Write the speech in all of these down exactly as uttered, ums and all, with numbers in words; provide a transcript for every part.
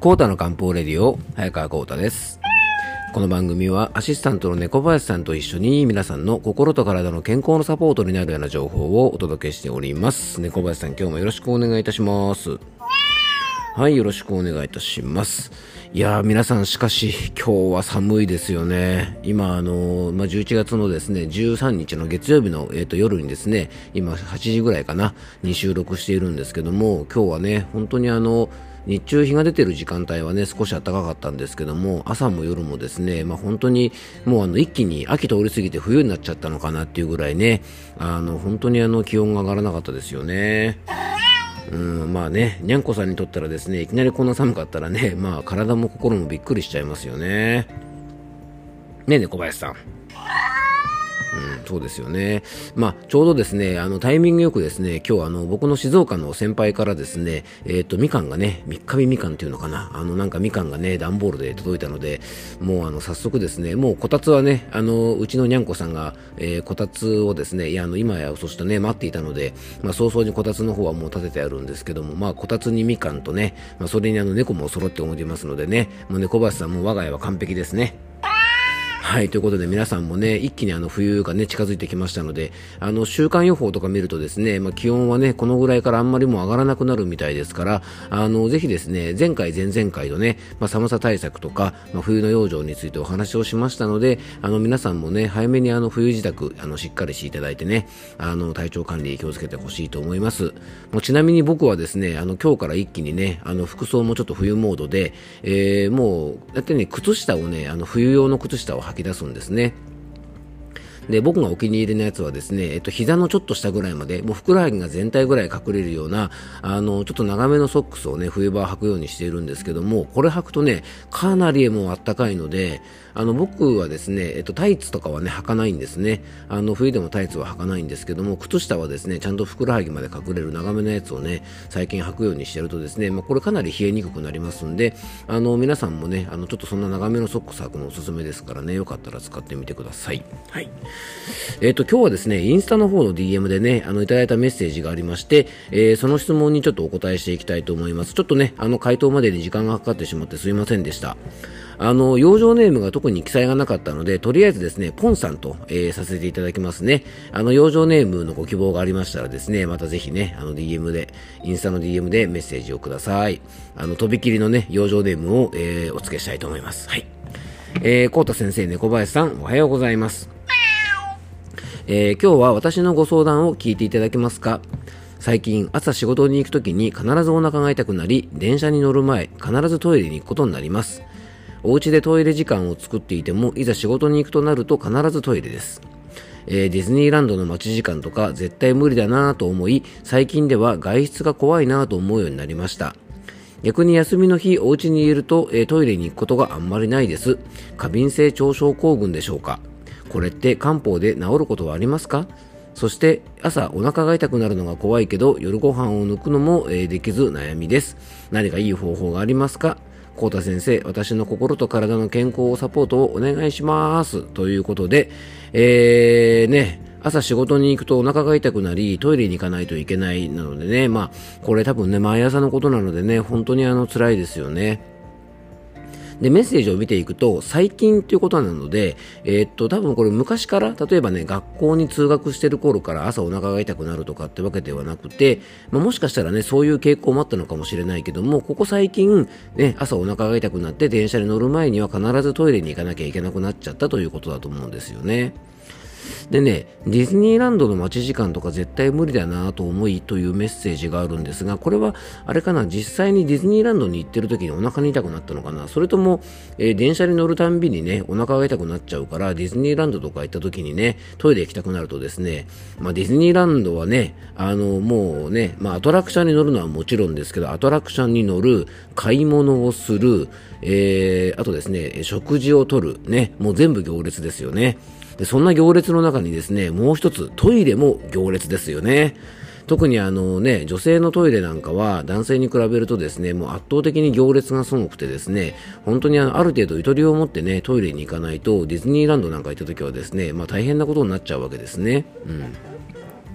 コータの漢方レディオ、早川コータです。この番組はアシスタントの猫林さんと一緒に皆さんの心と体の健康のサポートになるような情報をお届けしております。猫林さん、今日もよろしくお願いいたします。はい、よろしくお願いいたします。いやー、皆さん、しかし今日は寒いですよね。今あのーまあ、じゅういちがつのですねじゅうさんにちの月曜日の、えー、と夜にですね、今はちじぐらいかなに収録しているんですけども、今日はね本当にあの日中日が出てる時間帯はね少し暖かかったんですけども、朝も夜もですね、まあ、本当にもうあの一気に秋通り過ぎて冬になっちゃったのかなっていうぐらいね、あの本当にあの気温が上がらなかったですよね。うん、まあね、にゃんこさんにとったらですね、いきなりこんな寒かったらね、まあ体も心もびっくりしちゃいますよね。ねえね、小林さん。うん、そうですよね。まあ、ちょうどですね、あのタイミングよくですね、今日あの僕の静岡の先輩からですね、えっとみかんがね、三日日みかんっていうのかな、あのなんかみかんがね段ボールで届いたので、もうあの早速ですね、もうこたつはね、あのうちのにゃんこさんが、えー、こたつをですね、いやあの今やそしてね待っていたので、まあ早々にこたつの方はもう立ててあるんですけども、まあこたつにみかんとね、まあそれにあの猫も揃っておりますのでね、もう猫林さんも我が家は完璧ですね。はい、ということで皆さんもね、一気にあの冬がね近づいてきましたので、あの週間予報とか見るとですね、まあ、気温はねこのぐらいからあんまりもう上がらなくなるみたいですから、あのぜひですね、前回前々回とね、まあ、寒さ対策とか、まあ、冬の養生についてお話をしましたので、あの皆さんもね早めにあの冬支度あのしっかりしていただいてね、あの体調管理気をつけてほしいと思います。もうちなみに僕はですね、あの今日から一気にね、あの服装もちょっと冬モードで、えー、もうだってね靴下をね、あの冬用の靴下を履き出すんですね。で、僕がお気に入りのやつはですね、えっと、膝のちょっと下ぐらいまで、もうふくらはぎが全体ぐらい隠れるような、あの、ちょっと長めのソックスをね、冬場は履くようにしているんですけども、これ履くとね、かなりもうあったかいので、あの、僕はですね、えっと、タイツとかはね、履かないんですね。あの、冬でもタイツは履かないんですけども、靴下はですね、ちゃんとふくらはぎまで隠れる長めのやつをね、最近履くようにしてるとですね、まあ、これかなり冷えにくくなりますんで、あの、皆さんもね、あの、ちょっとそんな長めのソックス履くのおすすめですからね、よかったら使ってみてください。はい。えっと、今日はですね、インスタの方の ディーエム でね、あの、いただいたメッセージがありまして、えー、その質問にちょっとお答えしていきたいと思います。ちょっとね、あの、回答までに時間がかかってしまってすいませんでした。あの、養生ネームが特に記載がなかったので、とりあえずですね、ポンさんと、えー、させていただきますね。あの、養生ネームのご希望がありましたらですね、またぜひね、あの、ディーエム で、インスタの ディーエム でメッセージをください。あの、とびきりのね、養生ネームを、えー、お付けしたいと思います。はい。えー、コータ先生、猫林さん、おはようございます。えー、今日は私のご相談を聞いていただけますか？最近朝仕事に行くときに必ずお腹が痛くなり、電車に乗る前必ずトイレに行くことになります。お家でトイレ時間を作っていても、いざ仕事に行くとなると必ずトイレです。えー、ディズニーランドの待ち時間とか絶対無理だなぁと思い、最近では外出が怖いなぁと思うようになりました。逆に休みの日お家にいると、えー、トイレに行くことがあんまりないです。過敏性腸症候群でしょうか？これって漢方で治ることはありますか？そして朝お腹が痛くなるのが怖いけど夜ご飯を抜くのも、えー、できず悩みです。何かいい方法がありますか？コータ先生、私の心と体の健康をサポートをお願いします。ということで、えー、ね、朝仕事に行くとお腹が痛くなりトイレに行かないといけないなのでね、まあこれ多分ね毎朝のことなのでね、本当にあの辛いですよね。で、メッセージを見ていくと、最近ということなので、えー、っと、多分これ昔から、例えばね、学校に通学してる頃から朝お腹が痛くなるとかってわけではなくて、まあ、もしかしたらね、そういう傾向もあったのかもしれないけども、ここ最近、ね、朝お腹が痛くなって電車に乗る前には必ずトイレに行かなきゃいけなくなっちゃったということだと思うんですよね。でね、ディズニーランドの待ち時間とか絶対無理だなと思いというメッセージがあるんですが、これはあれかな、実際にディズニーランドに行ってる時にお腹に痛くなったのかな、それとも、えー、電車に乗るたんびにねお腹が痛くなっちゃうからディズニーランドとか行った時にねトイレ行きたくなるとですね、まあ、ディズニーランドはね、あのもうね、まあ、アトラクションに乗るのはもちろんですけど、アトラクションに乗る、買い物をする、えー、あとですね食事をとるね、もう全部行列ですよね。でそんな行列の中にですね、もう一つトイレも行列ですよね。特にあのね、女性のトイレなんかは男性に比べるとですね、もう圧倒的に行列がすごくてですね、本当にあのある程度ゆとりを持ってねトイレに行かないと、ディズニーランドなんか行った時はですね、まあ大変なことになっちゃうわけですね。うん。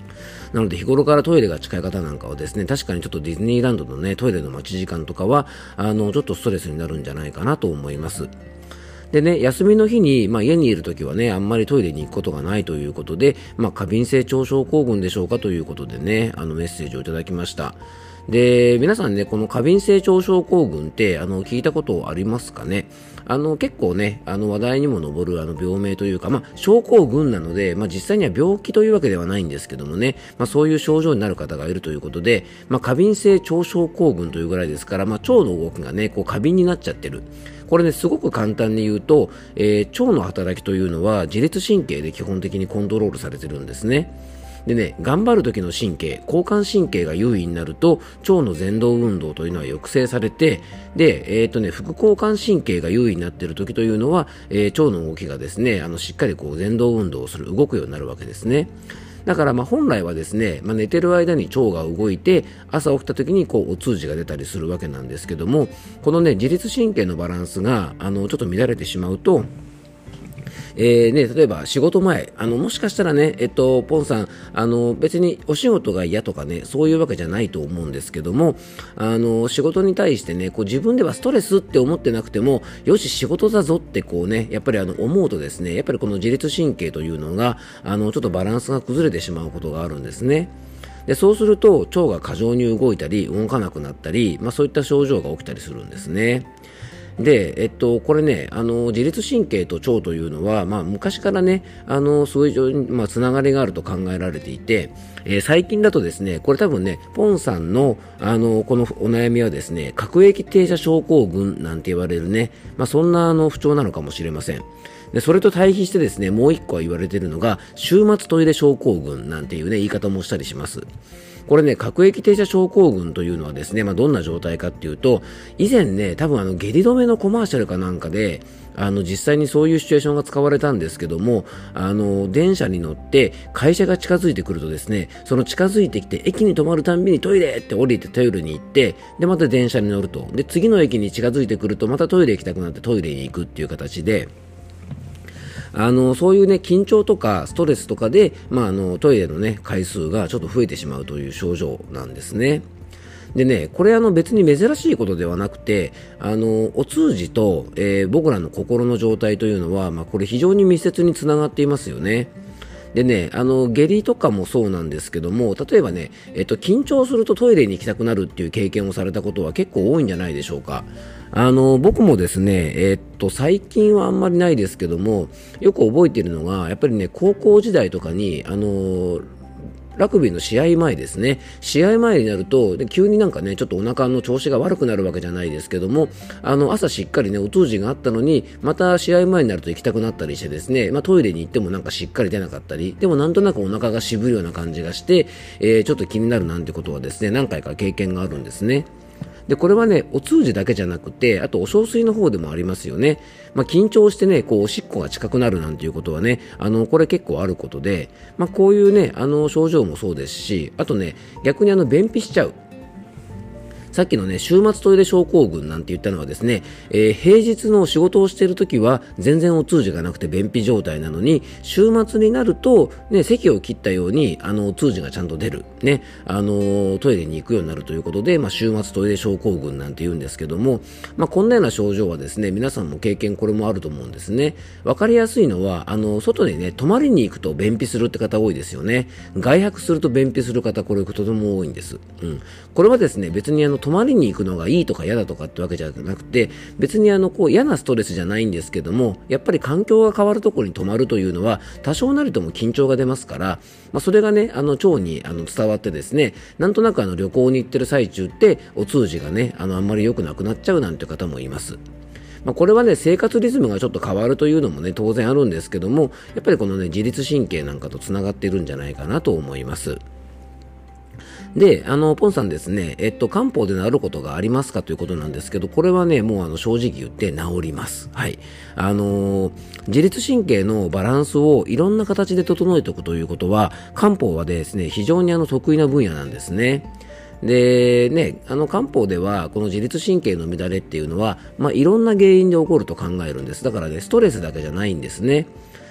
なので日頃からトイレが近い方なんかはですね、確かにちょっとディズニーランドのね、トイレの待ち時間とかは、あの、ちょっとストレスになるんじゃないかなと思います。でね、休みの日に、まあ、家にいるときはね、あんまりトイレに行くことがないということで、まあ、過敏性腸症候群でしょうかということでね、あのメッセージをいただきました。で、皆さんね、この過敏性腸症候群ってあの聞いたことありますかね。あの結構ね、あの話題にも上るあの病名というか、まあ、症候群なので、まあ、実際には病気というわけではないんですけどもね、まあ、そういう症状になる方がいるということで、まあ、過敏性腸症候群というぐらいですから、まあ、腸の動きがね、こう過敏になっちゃってる。これね、すごく簡単に言うと、えー、腸の働きというのは自律神経で基本的にコントロールされてるんですね。でね、頑張る時の神経、交感神経が優位になると、腸の前動運動というのは抑制されて、で、えっとね、副交感神経が優位になっている時というのは、えー、腸の動きがですね、あの、しっかりこう前動運動をする、動くようになるわけですね。だからまあ本来はですね、まあ、寝てる間に腸が動いて朝起きた時にこうお通じが出たりするわけなんですけども、このね自律神経のバランスがあのちょっと乱れてしまうと、えーね、例えば仕事前、あのもしかしたらね、えっと、ポンさん、あの別にお仕事が嫌とかね、そういうわけじゃないと思うんですけども、あの仕事に対してね、こう自分ではストレスって思ってなくても、よし仕事だぞってこうね、やっぱりあの思うとですね、やっぱりこの自律神経というのが、あのちょっとバランスが崩れてしまうことがあるんですね。でそうすると腸が過剰に動いたり動かなくなったり、まあ、そういった症状が起きたりするんですね。で、えっと、これね、あの自律神経と腸というのは、まあ、昔からね、あのそういう、まあ、つながりがあると考えられていて、えー、最近だとですね、これ多分ね、ポンさんの、あのこのお悩みはですね、各駅停車症候群なんて言われるね、まあ、そんなあの不調なのかもしれません。でそれと対比してですね、もう一個は言われているのが週末トイレ症候群なんていうね言い方もしたりします。これね、各駅停車症候群というのはですね、まあ、どんな状態かっていうと、以前ね、多分あの下痢止めのコマーシャルかなんかで、あの実際にそういうシチュエーションが使われたんですけども、あの電車に乗って会社が近づいてくるとですね、その近づいてきて駅に止まるたんびにトイレって降りてトイレに行って、でまた電車に乗ると、で次の駅に近づいてくるとまたトイレ行きたくなってトイレに行くっていう形で、あのそういうね緊張とかストレスとかで、まあ、あのトイレのね回数がちょっと増えてしまうという症状なんですね。でね、これあの別に珍しいことではなくて、あのお通じと、えー、僕らの心の状態というのは、まあ、これ非常に密接につながっていますよね。でね、あの下痢とかもそうなんですけども、例えばね、えっと、緊張するとトイレに行きたくなるっていう経験をされたことは結構多いんじゃないでしょうか。あの僕もですね、えっと、最近はあんまりないですけども、よく覚えているのがやっぱりね、高校時代とかにあのラグビーの試合前ですね、試合前になるとで急になんかねちょっとお腹の調子が悪くなるわけじゃないですけども、あの朝しっかりねお通じがあったのに、また試合前になると行きたくなったりしてですね、まあ、トイレに行ってもなんかしっかり出なかったり、でもなんとなくお腹が渋るような感じがして、えー、ちょっと気になるなんてことはですね何回か経験があるんですね。でこれはねお通じだけじゃなくて、あとお小水の方でもありますよね。まあ、緊張してねこうおしっこが近くなるなんていうことはね、あのこれ結構あることで、まあ、こういうねあの症状もそうですし、あとね逆にあの便秘しちゃう、さっきのね週末トイレ症候群なんて言ったのはですね、えー、平日の仕事をしているときは全然お通じがなくて便秘状態なのに、週末になると、ね、席を切ったようにあのお通じがちゃんと出る、ね、あのー、トイレに行くようになるということで、まあ、週末トイレ症候群なんて言うんですけども、まあ、こんなような症状はですね皆さんも経験これもあると思うんですね。わかりやすいのはあの外にね泊まりに行くと便秘するって方多いですよね。外泊すると便秘する方これとても多いんです、うん、これはですね別にあの泊まりに行くのがいいとか嫌だとかってわけじゃなくて、別にあのこう嫌なストレスじゃないんですけども、やっぱり環境が変わるところに泊まるというのは多少なりとも緊張が出ますから、まあ、それがねあの腸にあの伝わってですね、なんとなくあの旅行に行ってる最中ってお通じがねあのあんまり良くなくなっちゃうなんて方もいます。まあ、これはね生活リズムがちょっと変わるというのもね当然あるんですけども、やっぱりこのね自律神経なんかとつながっているんじゃないかなと思います。で、あの、ポンさんですね、えっと、漢方で治ることがありますかということなんですけど、これはね、もうあの、正直言って治ります。はい。あのー、自律神経のバランスをいろんな形で整えておくということは、漢方はですね、非常にあの、得意な分野なんですね。でね、あの漢方ではこの自律神経の乱れっていうのは、まあ、いろんな原因で起こると考えるんです。だからね、ストレスだけじゃないんですね。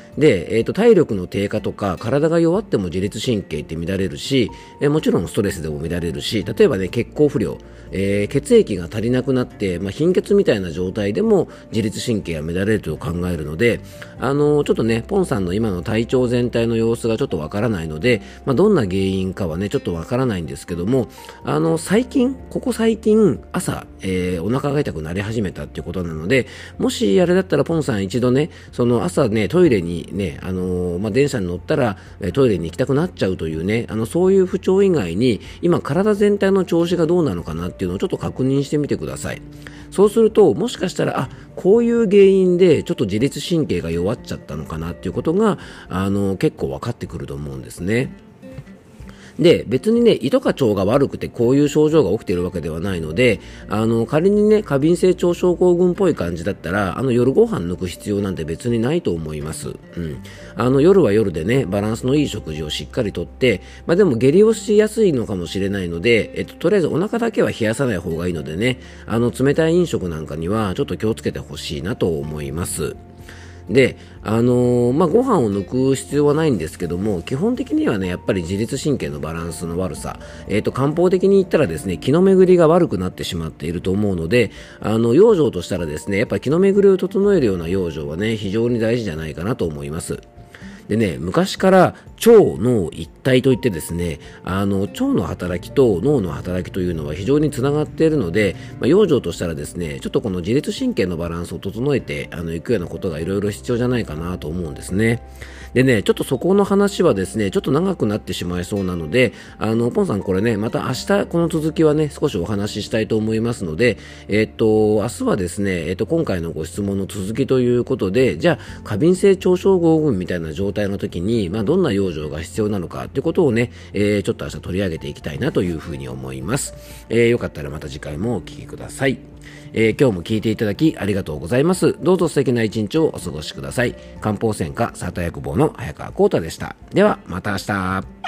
で、えーと、体力の低下とか体が弱っても自律神経って乱れるし、えー、もちろんストレスでも乱れるし、例えばね、血行不良、えー、血液が足りなくなって、まあ、貧血みたいな状態でも自律神経が乱れると考えるので、あのー、ちょっとね、ポンさんの今の体調全体の様子がちょっとわからないので、まあ、どんな原因かはね、ちょっとわからないんですけども、あのー、最近、ここ最近、朝、えー、お腹が痛くなり始めたっていうことなので、もしあれだったらポンさん一度ね、その朝ね、トイレにね、あのー、まあ、電車に乗ったら、トイレに行きたくなっちゃうというね、あの、そういう不調以外に、今体全体の調子がどうなのかなっていうのをちょっと確認してみてください。そうすると、もしかしたら、あ、こういう原因でちょっと自律神経が弱っちゃったのかなっていうことが、あの、結構分かってくると思うんですね。で、別にね、胃とか腸が悪くてこういう症状が起きているわけではないので、あの、仮にね、過敏性腸症候群っぽい感じだったら、あの、夜ご飯抜く必要なんて別にないと思います。うん。あの、夜は夜でね、バランスのいい食事をしっかりとって、まあでも下痢をしやすいのかもしれないので、えっと、とりあえずお腹だけは冷やさない方がいいのでね、あの、冷たい飲食なんかにはちょっと気をつけてほしいなと思います。で、あのー、まあ、ご飯を抜く必要はないんですけども、基本的にはね、やっぱり自律神経のバランスの悪さ、えっと、漢方的に言ったらですね、気の巡りが悪くなってしまっていると思うので、あの、養生としたらですね、やっぱり気の巡りを整えるような養生はね、非常に大事じゃないかなと思います。でね、昔から腸脳一体といってですね、あの腸の働きと脳の働きというのは非常につながっているので、まあ、養生としたらですね、ちょっとこの自律神経のバランスを整えてあのいくようなことがいろいろ必要じゃないかなと思うんですね。でね、ちょっとそこの話はですね、ちょっと長くなってしまいそうなので、あのポンさんこれね、また明日この続きはね、少しお話ししたいと思いますので、えっと明日はですね、えっと今回のご質問の続きということで、じゃあ過敏性腸症候群みたいな状態の時に、まあ、どんな養生が必要なのかということをね、えー、ちょっと明日取り上げていきたいなというふうに思います。えー、よかったらまた次回もお聞きください。えー、今日も聞いていただきありがとうございます。どうぞ素敵な一日をお過ごしください。漢方専科サーター薬房の早川浩太でした。ではまた明日。